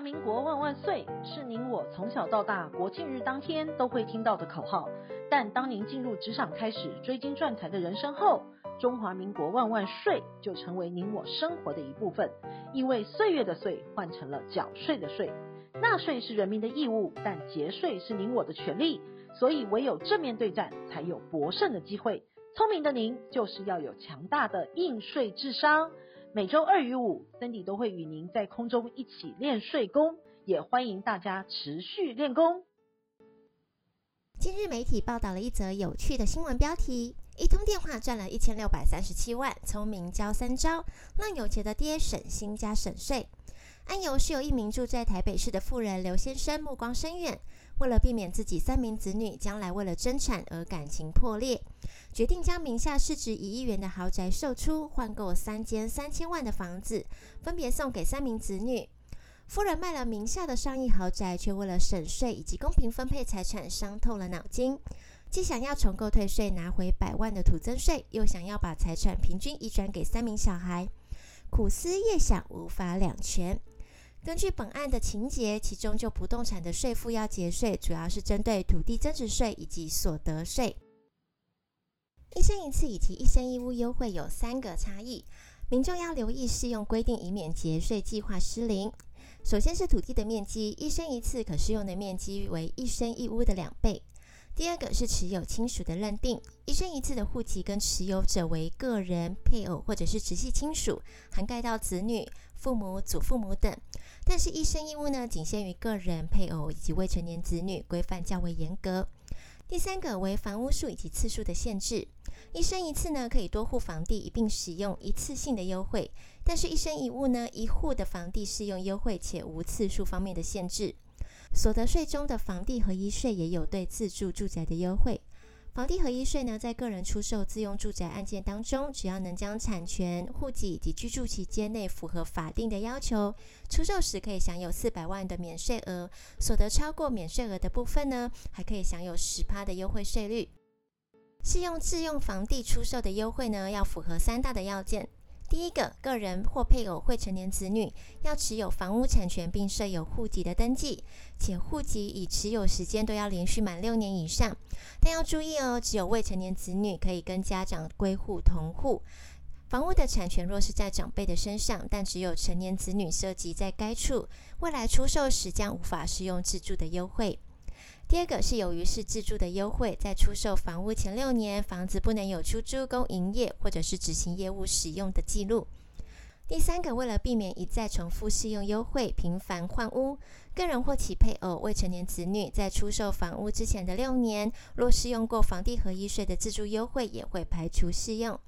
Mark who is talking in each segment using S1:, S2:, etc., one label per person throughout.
S1: 民国万万岁是您我从小到大国庆日当天都会听到的口号，但当您进入职场开始追金赚财的人生后，中华民国万万税就成为您我生活的一部分，因为岁月的岁换成了缴税的税。纳税是人民的义务，但节税是您我的权利，所以唯有正面对战才有博胜的机会。聪明的您就是要有强大的应税智商。每周2与5 Cindy 都会与您在空中一起练税功，也欢迎大家持续练功。
S2: 今日媒体报道了一则有趣的新闻标题：一通电话赚了1637万，聪明教3招，让有钱的爹省心加省税。案由是由一名住在台北市的妇人刘先生目光深远，为了避免自己3名子女将来为了争产而感情破裂，决定将名下市值1亿元的豪宅售出，换购3间3000万的房子，分别送给3名子女。夫人卖了名下的上亿豪宅，却为了省税以及公平分配财产伤透了脑筋，既想要重购退税拿回100万的土增税，又想要把财产平均移转给3名小孩，苦思夜想无法两全。根据本案的情节，其中就不动产的税负要节税，主要是针对土地增值税以及所得税。一生一次以及一生一屋优惠有3个差异，民众要留意适用规定，以免节税计划失灵。首先是土地的面积，一生一次可适用的面积为一生一屋的2倍。第二个是持有亲属的认定，一生一次的户籍跟持有者为个人、配偶或者是直系亲属，涵盖到子女、父母、祖父母等。但是一生一屋呢，仅限于个人、配偶以及未成年子女，规范较为严格。第三个为房屋数以及次数的限制，一生一次呢可以多户房地一并使用一次性的优惠，但是一生一屋呢，一户的房地适用优惠且无次数方面的限制。所得税中的房地合一税也有对自住住宅的优惠。房地合一税呢，在个人出售自用住宅案件当中，只要能将产权、户籍以及居住期间内符合法定的要求，出售时可以享有400万的免税额，所得超过免税额的部分呢，还可以享有10%的优惠税率。适用自用房地出售的优惠呢，要符合3大的要件。第一个，个人或配偶未成年子女要持有房屋产权并设有户籍的登记，且户籍以持有时间都要连续满6年以上。但要注意哦，只有未成年子女可以跟家长归户同户。房屋的产权若是在长辈的身上，但只有成年子女涉及在该处，未来出售时将无法适用自住的优惠。第二个是由于是自住的优惠，在出售房屋前6年，房子不能有出租供营业或者是执行业务使用的记录。第三个，为了避免一再重复适用优惠、频繁换屋，个人或其配偶、未成年子女在出售房屋之前的6年，若适用过房地合一税的自住优惠，也会排除适用。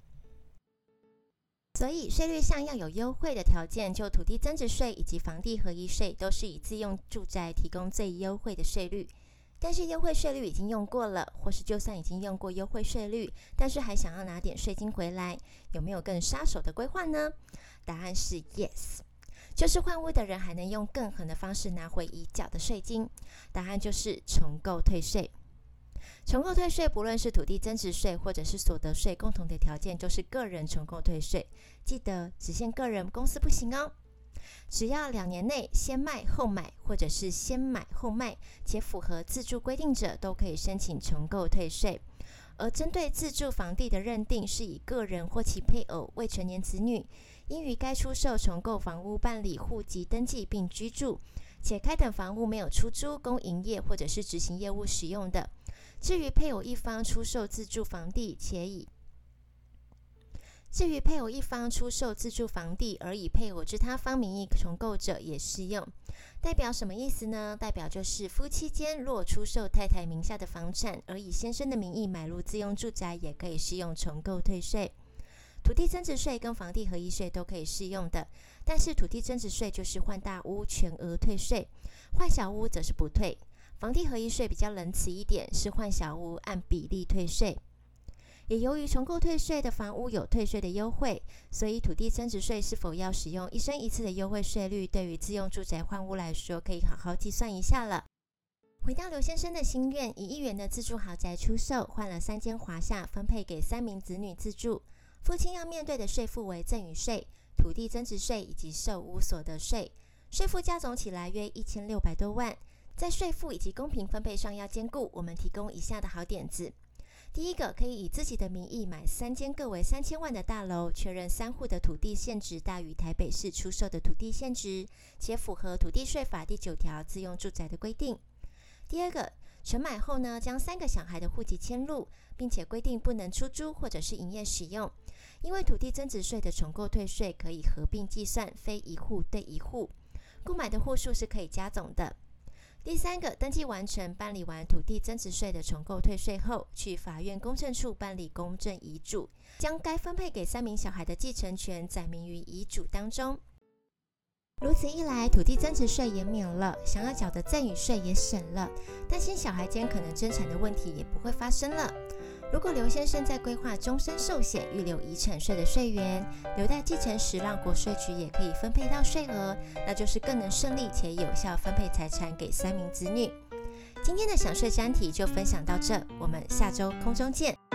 S2: 所以税率上要有优惠的条件，就土地增值税以及房地合一税都是以自用住宅提供最优惠的税率。但是优惠税率已经用过了，或是就算已经用过优惠税率，但是还想要拿点税金回来，有没有更杀手的规划呢？答案是 yes， 就是换屋的人还能用更狠的方式拿回已缴的税金。答案就是重购退税。重购退税不论是土地增值税或者是所得税，共同的条件就是个人重购退税，记得只限个人，公司不行哦。只要2年内先卖后买，或者是先买后卖，且符合自住规定者，都可以申请重购退税。而针对自住房地的认定，是以个人或其配偶、未成年子女，应于该出售重购房屋办理户籍登记并居住，且该等房屋没有出租供营业或者是执行业务使用的。至于配偶一方出售自住房地而以配偶之他方名义重购者也适用。代表什么意思呢？代表就是夫妻间若出售太太名下的房产，而以先生的名义买入自用住宅，也可以适用重购退税。土地增值税跟房地合一税都可以适用的，但是土地增值税就是换大屋全额退税，换小屋则是不退。房地合一税比较仁慈一点，是换小屋按比例退税。也由于重购退税的房屋有退税的优惠，所以土地增值税是否要使用一生一次的优惠税率，对于自用住宅换屋来说，可以好好计算一下了。回到刘先生的心愿，1亿元的自住豪宅出售，换了3间华夏，分配给3名子女自住。父亲要面对的税负为赠与税、土地增值税以及售屋所得税。 税负加总起来约1600多万，在税负以及公平分配上要兼顾，我们提供以下的好点子。第一个，可以以自己的名义买3间各为3000万的大楼，确认3户的土地现值大于台北市出售的土地现值，且符合土地税法第9条自用住宅的规定。第二个，承买后呢，将3个小孩的户籍迁入，并且规定不能出租或者是营业使用，因为土地增值税的重购退税可以合并计算，非一户对一户，购买的户数是可以加总的。第三个，登记完成办理完土地增值税的重购退税后，去法院公证处办理公证遗嘱，将该分配给3名小孩的继承权载明于遗嘱当中。如此一来，土地增值税也免了，想要缴的赠与税也省了，担心小孩间可能争产的问题也不会发生了。如果刘先生在规划终身寿险预留遗产税的税源，留待继承时让国税局也可以分配到税额，那就是更能顺利且有效分配财产给3名子女。今天的享税专题就分享到这，我们下周空中见。